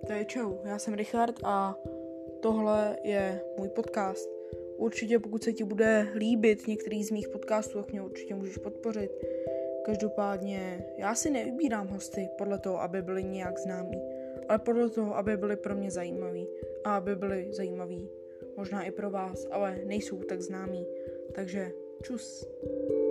Takže čau, já jsem Richard a tohle je můj podcast. Určitě pokud se ti bude líbit některý z mých podcastů, tak mě určitě můžeš podpořit. Každopádně já si nevybírám hosty podle toho, aby byli nějak známí, ale podle toho, aby byli pro mě zajímaví a aby byli zajímaví možná i pro vás, ale nejsou tak známí. Takže čus.